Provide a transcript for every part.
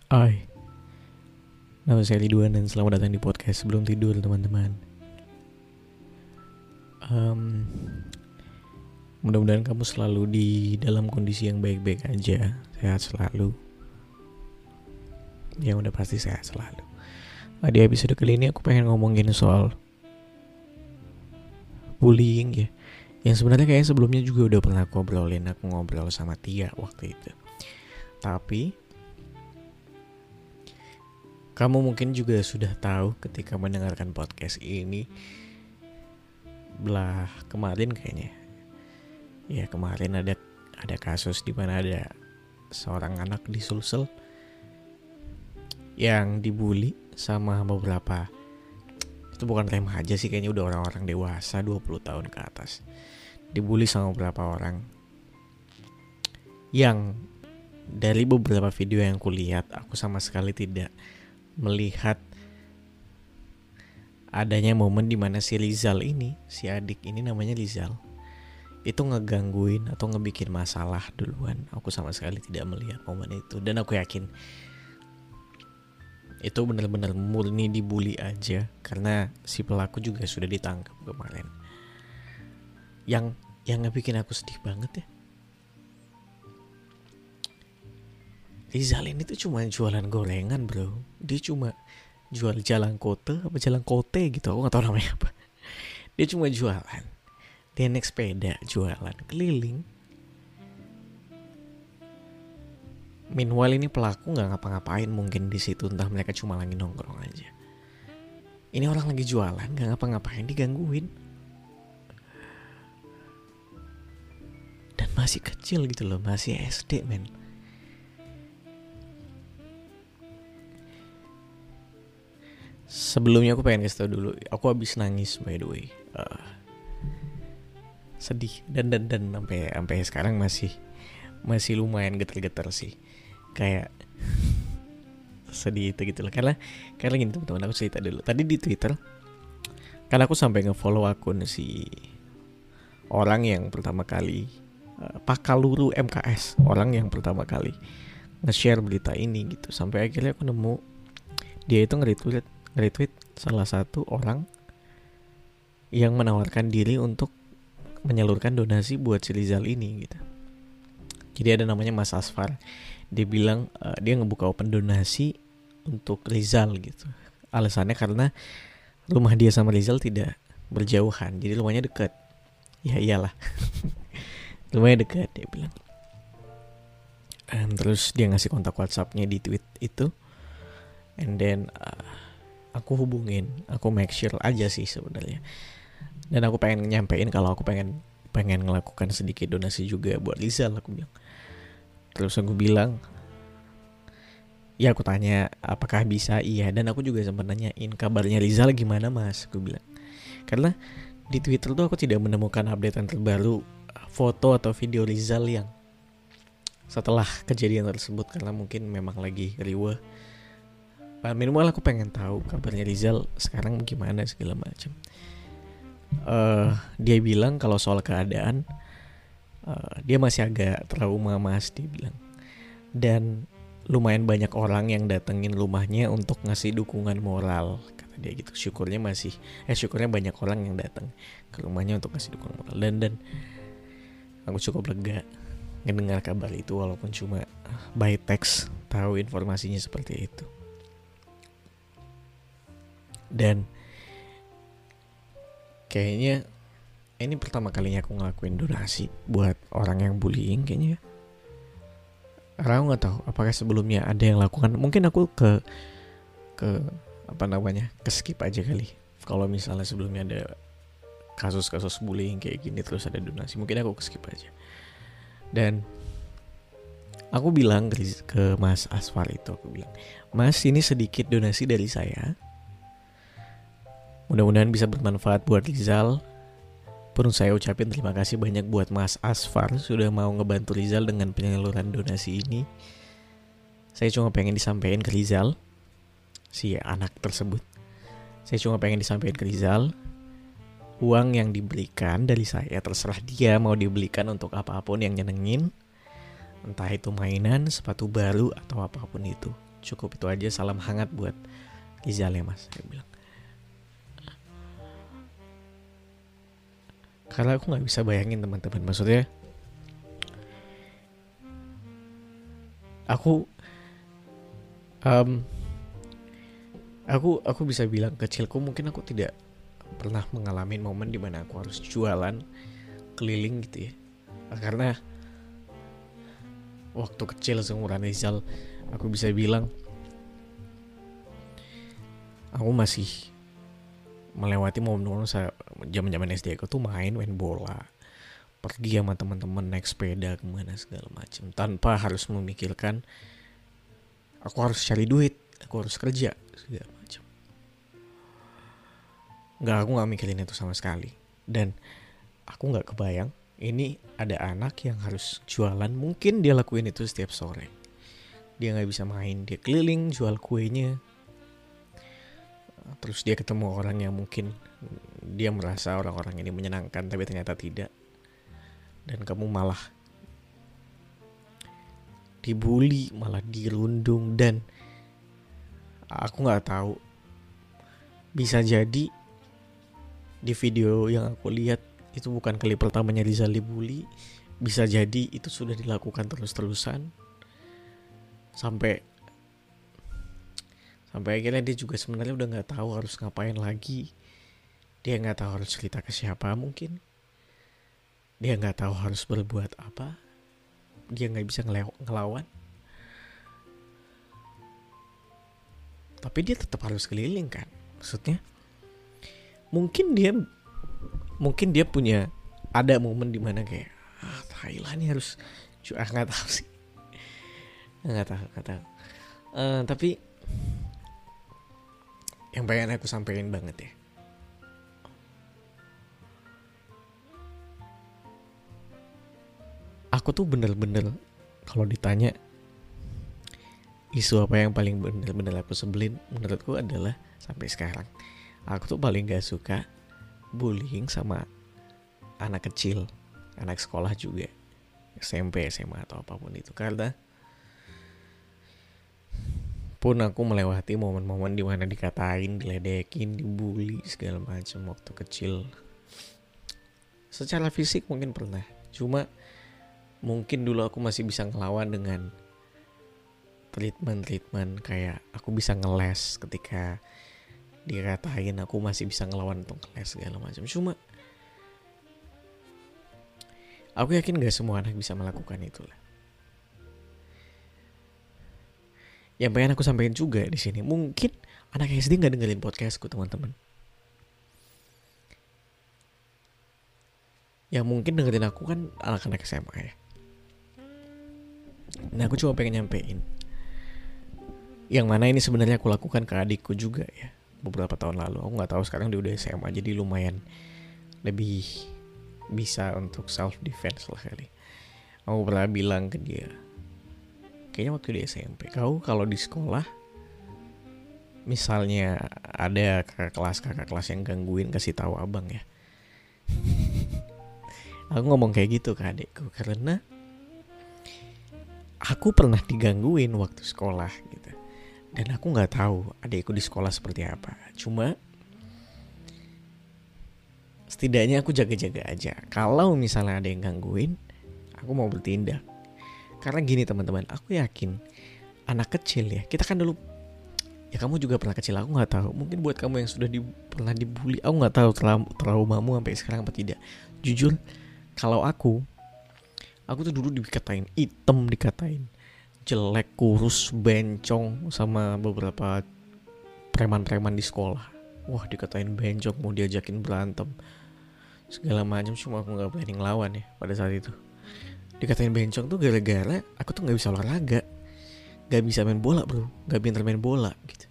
Hai, nama saya Ridwan dan selamat datang di podcast Sebelum Tidur teman-teman. Mudah-mudahan kamu selalu di dalam kondisi yang baik-baik aja, sehat selalu. Ya udah pasti sehat selalu. Di episode kali ini aku pengen ngomongin soal bullying ya. Yang sebenarnya kayaknya sebelumnya juga udah pernah aku ngobrol sama Tia waktu itu. Tapi kamu mungkin juga sudah tahu ketika mendengarkan podcast ini belah kemarin kayaknya. Ya kemarin ada kasus di mana ada seorang anak di Sulsel yang dibully sama beberapa, itu bukan remaja sih, kayaknya udah orang-orang dewasa 20 tahun ke atas. Dibully sama beberapa orang yang dari beberapa video yang kulihat, aku sama sekali tidak melihat adanya momen di mana si Rizal ini, si adik ini namanya Rizal, itu ngegangguin atau ngebikin masalah duluan. Aku sama sekali tidak melihat momen itu. Dan aku yakin itu benar-benar murni dibully aja, karena si pelaku juga sudah ditangkap kemarin. Yang ngebikin aku sedih banget ya, Rizal ini tuh cuma jualan gorengan bro. Dia cuma jual jalan kote gitu, aku gak tahu namanya apa. Dia cuma jualan. Dia naik sepeda jualan keliling. Meanwhile ini pelaku gak ngapa-ngapain mungkin di situ, entah mereka cuma lagi nongkrong aja. Ini orang lagi jualan gak ngapa-ngapain digangguin. Dan masih kecil gitu loh, masih SD men. Sebelumnya aku pengen kasih tau dulu, aku habis nangis by the way. Sedih dan sampai sekarang masih lumayan getar-getar sih. Kayak sedih itu gitu loh. Karena gini teman-teman, aku cerita dulu. Tadi di Twitter kan aku sampai nge-follow akun si orang yang pertama kali Pakaluru MKS, orang yang pertama kali nge-share berita ini gitu. Sampai akhirnya aku nemu dia itu nge-retweet salah satu orang yang menawarkan diri untuk menyalurkan donasi buat si Rizal ini gitu. Jadi ada namanya Mas Asfar. Dia bilang dia ngebuka open donasi untuk Rizal gitu. Alasannya karena rumah dia sama Rizal tidak berjauhan, jadi rumahnya dekat. Ya iyalah. Rumahnya dekat, dia bilang. Terus dia ngasih kontak WhatsApp-nya di tweet itu. And then aku hubungin, aku make sure aja sih sebenarnya. Dan aku pengen nyampein kalau aku pengen ngelakukan sedikit donasi juga buat Rizal, aku bilang. Terus aku bilang, ya aku tanya apakah bisa, iya. Dan aku juga sempat nanyain kabarnya Rizal gimana mas, aku bilang. Karena di Twitter tuh aku tidak menemukan updatean terbaru foto atau video Rizal yang setelah kejadian tersebut, karena mungkin memang lagi riweh. Minimal aku pengen tahu kabarnya Rizal sekarang gimana segala macam. Dia bilang kalau soal keadaan dia masih agak trauma mas, dia bilang. Dan lumayan banyak orang yang datengin rumahnya untuk ngasih dukungan moral, kata dia gitu. Syukurnya banyak orang yang datang ke rumahnya untuk ngasih dukungan moral. Dan aku cukup lega ngedengar kabar itu, walaupun cuma by text tahu informasinya seperti itu. Dan kayaknya ini pertama kalinya aku ngelakuin donasi buat orang yang bullying kayaknya. Karena aku gak tahu apakah sebelumnya ada yang lakukan. Mungkin aku ke skip aja kali. Kalau misalnya sebelumnya ada kasus-kasus bullying kayak gini terus ada donasi, mungkin aku skip aja. Dan aku bilang ke Mas Asfar itu, aku bilang, Mas, ini sedikit donasi dari saya. Mudah-mudahan bisa bermanfaat buat Rizal. Perlu saya ucapin terima kasih banyak buat Mas Asfar sudah mau ngebantu Rizal dengan penyaluran donasi ini. Saya cuma pengen disampaikan ke Rizal, si anak tersebut. Saya cuma pengen disampaikan ke Rizal, uang yang diberikan dari saya terserah dia mau dibelikan untuk apapun yang nyenengin. Entah itu mainan, sepatu baru, atau apapun itu. cukup itu aja, salam hangat buat Rizal ya mas, saya bilang. Karena aku nggak bisa bayangin teman-teman, maksudnya aku aku bisa bilang kecilku mungkin aku tidak pernah mengalami momen dimana aku harus jualan keliling gitu ya. Karena waktu kecil seumuran Rizal, aku bisa bilang aku masih melewati momen-momen zaman-zaman SD aku tuh main bola, pergi sama teman-teman naik sepeda kemana segala macam tanpa harus memikirkan aku harus cari duit, aku harus kerja segala macam. Aku nggak mikirin itu sama sekali. Dan aku nggak kebayang ini ada anak yang harus jualan. Mungkin dia lakuin itu setiap sore. Dia nggak bisa main, dia keliling jual kuenya. Terus dia ketemu orang yang mungkin dia merasa orang-orang ini menyenangkan, tapi ternyata tidak. Dan kamu malah dibully, malah dirundung. Dan aku nggak tahu, bisa jadi di video yang aku lihat itu bukan kali pertamanya Rizal dibully. Bisa jadi itu sudah dilakukan terus-terusan sampai akhirnya dia juga sebenarnya udah nggak tahu harus ngapain lagi. Dia nggak tahu harus cerita ke siapa mungkin. Dia nggak tahu harus berbuat apa. Dia nggak bisa ngelawan. Tapi dia tetap harus keliling kan. Maksudnya mungkin dia punya ada momen dimana kayak Thailand nih harus nggak tahu sih, nggak tahu. Tapi yang pengen aku sampein banget ya, aku tuh bener-bener kalau ditanya isu apa yang paling bener-bener aku sebelin, menurutku adalah sampai sekarang aku tuh paling gak suka bullying sama anak kecil, anak sekolah juga, SMP, SMA atau apapun itu. Karena pun aku melewati momen-momen dimana dikatain, diledekin, dibully segala macam waktu kecil. Secara fisik mungkin pernah, cuma mungkin dulu aku masih bisa ngelawan dengan treatment kayak aku bisa ngeles ketika dikatain, aku masih bisa ngelawan untuk ngeles segala macam. Cuma aku yakin gak semua anak bisa melakukan itu lah. Yang pengen aku sampaikan juga di sini, mungkin anak SD nggak dengerin podcastku teman-teman. Yang mungkin dengerin aku kan anak-anak SMA ya. Nah aku cuma pengen nyampein yang mana ini sebenarnya aku lakukan ke adikku juga ya beberapa tahun lalu. Aku nggak tahu sekarang dia udah SMA, jadi lumayan lebih bisa untuk self defense lah kali. Aku pernah bilang ke dia, kayaknya waktu di SMP, kau kalau di sekolah misalnya ada kakak kelas yang gangguin, kasih tahu abang ya. Aku ngomong kayak gitu ke adikku karena aku pernah digangguin waktu sekolah gitu. Dan aku nggak tahu adikku di sekolah seperti apa. Cuma setidaknya aku jaga-jaga aja. Kalau misalnya ada yang gangguin, aku mau bertindak. Karena gini teman-teman, aku yakin anak kecil ya, kita kan dulu, ya kamu juga pernah kecil, aku nggak tahu. Mungkin buat kamu yang sudah pernah dibully, aku nggak tahu traumamu sampai sekarang apa tidak. Jujur, kalau aku tuh dulu dikatain hitam, dikatain jelek, kurus, bencong sama beberapa preman-preman di sekolah. Wah, dikatain bencong, mau diajakin berantem segala macam. Cuma aku nggak berani ngelawan ya pada saat itu. Dikatain bencong tuh gara-gara aku tuh nggak bisa olahraga, nggak bisa main bola bro, nggak pintar main bola gitu.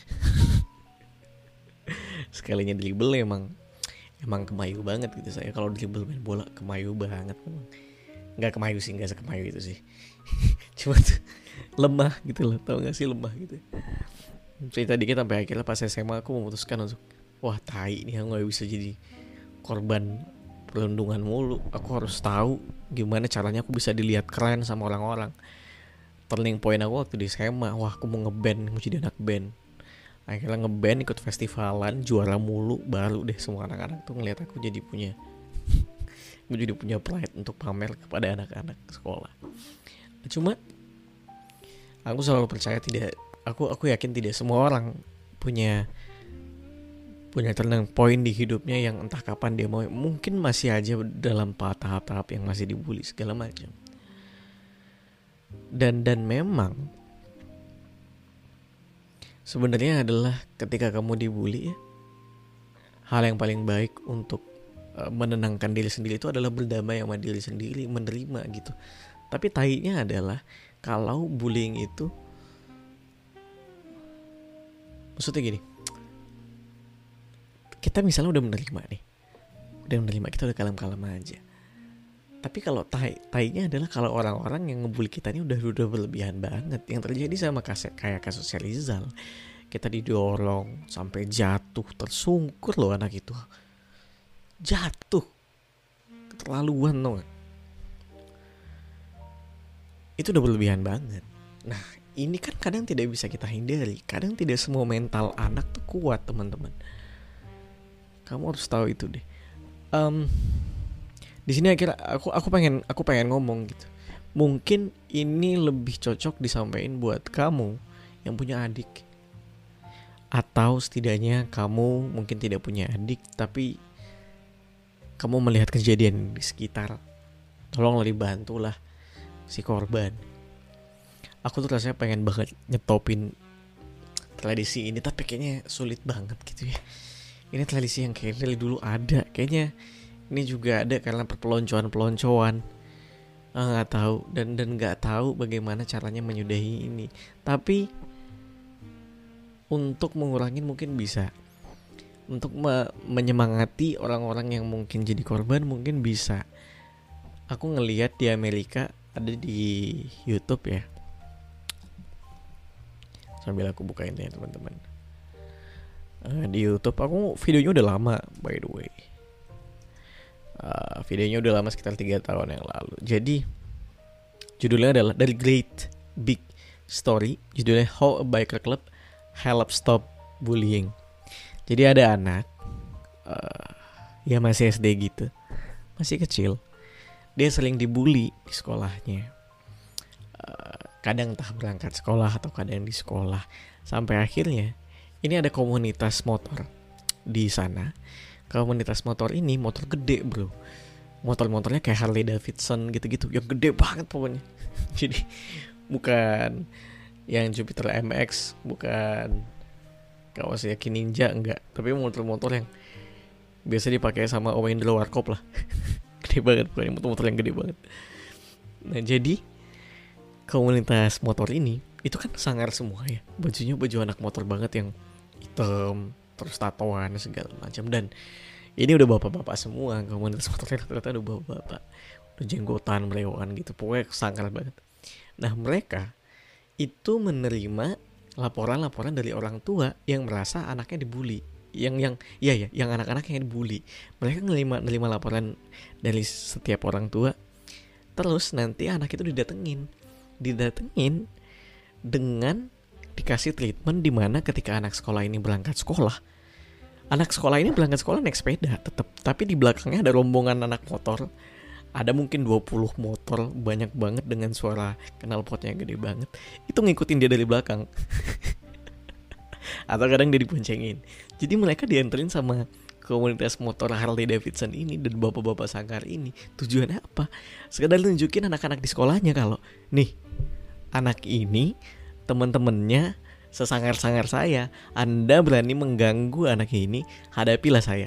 Sekalinya dribble emang kemayu banget gitu saya. Kalau dribble main bola kemayu banget memang. Nggak kemayu sih, nggak sekemayu itu sih. Cuma tuh lemah gitu loh, tau gak sih, lemah gitu. Cerita dikit sampai akhirnya pas SMA aku memutuskan untuk wah tai nih, aku gak bisa jadi korban perundungan mulu. Aku harus tahu gimana caranya aku bisa dilihat keren sama orang-orang. turning point aku waktu di SMA. Wah, aku mau ngeband, mau jadi anak band. Akhirnya ngeband, ikut festivalan, juara mulu. Baru deh semua anak-anak tuh ngeliat aku jadi punya gue jadi punya pride untuk pamer kepada anak-anak sekolah. Cuma aku selalu percaya aku yakin tidak semua orang punya turning point di hidupnya yang entah kapan dia mau. Mungkin masih aja dalam tahap-tahap yang masih dibully segala macam. Dan memang sebenarnya adalah ketika kamu dibully ya, hal yang paling baik untuk menenangkan diri sendiri itu adalah berdamai sama diri sendiri, menerima gitu. Tapi tainya adalah kalau bullying itu, maksudnya gini, kita misalnya udah menerima kita udah kalem-kalem aja. Tapi kalau tainya adalah kalau orang-orang yang ngebully kita ini udah berlebihan banget. Yang terjadi sama kayak kasusnya Rizal, kita didorong sampai jatuh, tersungkur loh anak itu. Jatuh, keterlaluan loh. Itu udah berlebihan banget. Nah, ini kan kadang tidak bisa kita hindari. Kadang tidak semua mental anak tuh kuat, teman-teman. Kamu harus tahu itu deh. Di sini akhirnya aku pengen ngomong gitu. Mungkin ini lebih cocok disampaikan buat kamu yang punya adik. Atau setidaknya kamu mungkin tidak punya adik, tapi kamu melihat kejadian di sekitar. Tolonglah dibantulah si korban. Aku tuh rasanya pengen banget nyetopin tradisi ini, tapi kayaknya sulit banget gitu ya. Ini tradisi yang kayak dari dulu ada. Kayaknya ini juga ada karena perpeloncoan. Nggak tahu dan nggak tahu bagaimana caranya menyudahi ini. Tapi untuk mengurangi mungkin bisa. Untuk menyemangati orang-orang yang mungkin jadi korban mungkin bisa. Aku ngelihat di Amerika ada di YouTube ya. Sambil aku bukain ya teman-teman. Di YouTube aku videonya udah lama by the way. Videonya udah lama sekitar 3 tahun yang lalu. Jadi judulnya adalah dari Great Big Story. Judulnya How a Biker Club Help Stop Bullying. Jadi ada anak ya masih SD gitu, masih kecil. Dia sering dibully di sekolahnya. Kadang entah berangkat sekolah atau kadang di sekolah. Sampai akhirnya ini ada komunitas motor di sana. Komunitas motor ini motor gede bro. Motor-motornya kayak Harley Davidson gitu-gitu, yang gede banget pokoknya. Jadi bukan yang Jupiter MX, bukan Kawasaki Ninja, enggak. Tapi motor-motor yang biasa dipakai sama Om Indro Warkop lah. Gede banget pokoknya, motor-motor yang gede banget. Nah jadi komunitas motor ini itu kan sangar semua ya. Bajunya baju anak motor banget yang hitam, terus tatoan segala macam. Dan ini udah bapak-bapak semua. Komunitas motornya ternyata udah bapak-bapak, udah jenggotan, melewan gitu. Pokoknya sangar banget. Nah mereka itu menerima laporan-laporan dari orang tua yang merasa anaknya dibully. Yang anak-anak yang dibully. Mereka nerima laporan dari setiap orang tua. Terus nanti anak itu didatengin dengan dikasih treatment di mana ketika anak sekolah ini berangkat sekolah. Anak sekolah ini berangkat sekolah naik sepeda tetap, tapi di belakangnya ada rombongan anak motor. Ada mungkin 20 motor, banyak banget dengan suara knalpotnya gede banget. Itu ngikutin dia dari belakang. Atau kadang dia diboncengin. Jadi mereka dianterin sama komunitas motor Harley Davidson ini dan bapak-bapak sangkar ini. Tujuannya apa? Sekedar nunjukin anak-anak di sekolahnya kalau nih, anak ini teman-temannya sesanggar-sanggar saya. Anda berani mengganggu anak ini, hadapilah saya.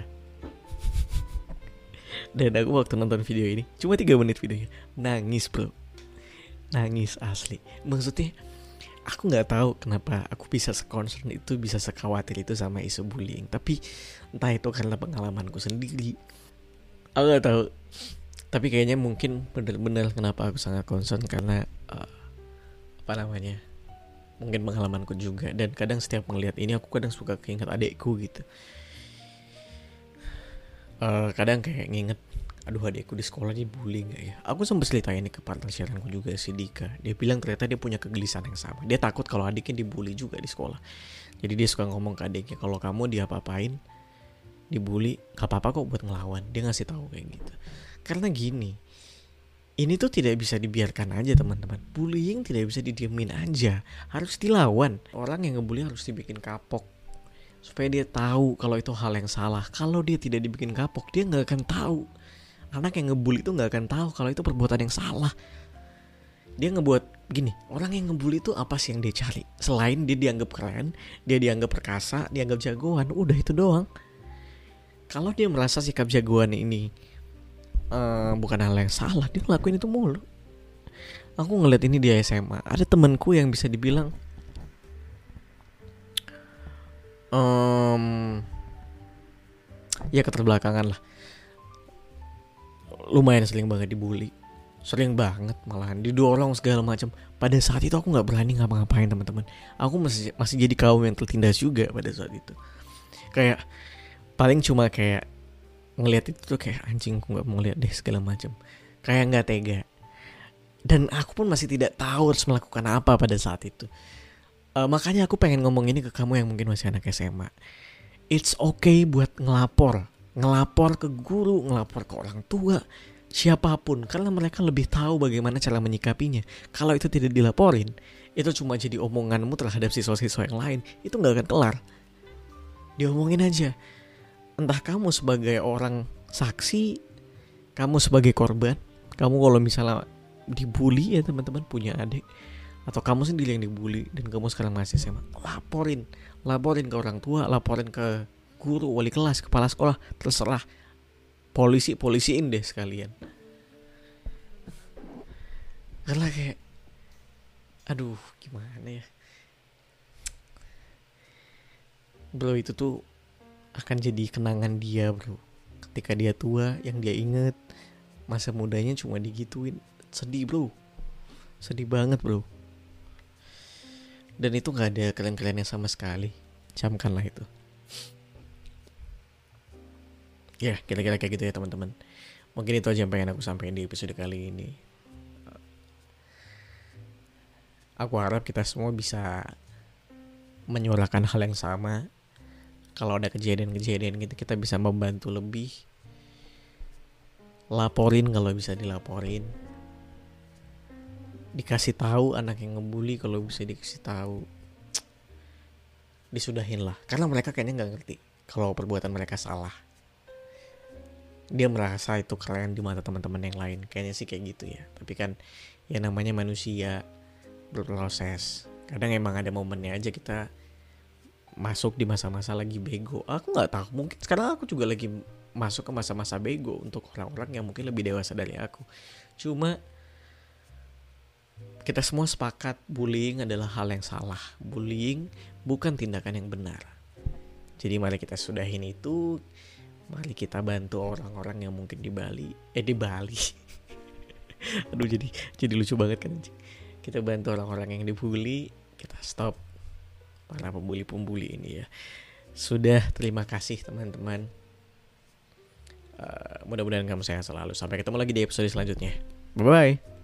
Dan aku waktu nonton video ini, cuma 3 menit videonya, nangis bro. Nangis asli. Maksudnya aku gak tahu kenapa aku bisa se-concern itu, bisa sekhawatir itu sama isu bullying. Tapi entah itu karena pengalamanku sendiri, aku gak tahu. Tapi kayaknya mungkin benar-benar kenapa aku sangat concern karena mungkin pengalamanku juga. Dan kadang setiap melihat ini aku kadang suka keinget adekku gitu. Kadang kayak nginget aduh adekku di sekolah dibully gak ya. Aku sempat ceritain ini ke partner siaranku juga si Dika. Dia bilang ternyata dia punya kegelisahan yang sama. Dia takut kalau adiknya dibully juga di sekolah. Jadi dia suka ngomong ke adiknya, kalau kamu diapa-apain, dibully, gak apa-apa kok buat ngelawan. Dia ngasih tahu kayak gitu. Karena gini, ini tuh tidak bisa dibiarkan aja teman-teman. Bullying tidak bisa didiemin aja, harus dilawan. Orang yang ngebully harus dibikin kapok, supaya dia tahu kalau itu hal yang salah. Kalau dia tidak dibikin kapok, dia gak akan tahu. Anak yang ngebully itu gak akan tahu kalau itu perbuatan yang salah. Dia ngebuat gini, orang yang ngebully itu apa sih yang dia cari? Selain dia dianggap keren, dia dianggap perkasa, dianggap jagoan, udah itu doang. Kalau dia merasa sikap jagoan ini bukan hal yang salah, dia ngelakuin itu mulu. Aku ngeliat ini di SMA, ada temanku yang bisa dibilang ya keterbelakangan lah, lumayan sering banget dibully, sering banget malahan didorong segala macam. Pada saat itu aku nggak berani ngapa-ngapain teman-teman. Aku masih jadi kaum yang tertindas juga pada saat itu. Kayak paling cuma kayak ngelihat itu tuh kayak anjing, aku nggak mau lihat deh segala macam, kayak nggak tega. Dan aku pun masih tidak tahu harus melakukan apa pada saat itu. Makanya aku pengen ngomong ini ke kamu yang mungkin masih anak SMA. It's okay buat ngelapor ke guru, ngelapor ke orang tua, siapapun, karena mereka lebih tahu bagaimana cara menyikapinya. Kalau itu tidak dilaporin, itu cuma jadi omonganmu terhadap siswa-siswa yang lain, itu nggak akan kelar. Diomongin aja. Entah kamu sebagai orang saksi, kamu sebagai korban, kamu kalau misalnya dibully ya teman-teman, punya adik, atau kamu sendiri yang dibully dan kamu sekarang masih SMA, laporin ke orang tua, laporin ke guru, wali kelas, kepala sekolah, terserah. Polisiin deh sekalian. Karena kayak aduh gimana ya bro, itu tuh akan jadi kenangan dia bro. Ketika dia tua, yang dia inget masa mudanya cuma digituin. Sedih bro, sedih banget bro. Dan itu gak ada keren-kerennya sama sekali. Camkanlah itu. Ya kira-kira kayak gitu ya teman-teman. Mungkin itu aja yang pengen aku sampaikan di episode kali ini. Aku harap kita semua bisa menyuarakan hal yang sama. Kalau ada kejadian-kejadian gitu, kita bisa membantu lebih. Laporin kalau bisa dilaporin. Dikasih tahu anak yang ngebully kalau bisa dikasih tahu. Disudahin lah, karena mereka kayaknya nggak ngerti kalau perbuatan mereka salah. Dia merasa itu keren di mata teman-teman yang lain. Kayaknya sih kayak gitu ya. Tapi kan ya namanya manusia, berproses. Kadang emang ada momennya aja kita masuk di masa-masa lagi bego. Aku nggak tahu, mungkin sekarang aku juga lagi masuk ke masa-masa bego untuk orang-orang yang mungkin lebih dewasa dari aku. Cuma kita semua sepakat bullying adalah hal yang salah. Bullying bukan tindakan yang benar. Jadi mari kita sudahin itu. Mari kita bantu orang-orang yang mungkin di Bali. Aduh jadi lucu banget kan anjing. Kita bantu orang-orang yang dibully. Kita stop para pembuli-pembuli ini ya. Sudah, terima kasih teman-teman. Mudah-mudahan kamu sehat selalu. Sampai ketemu lagi di episode selanjutnya. Bye-bye.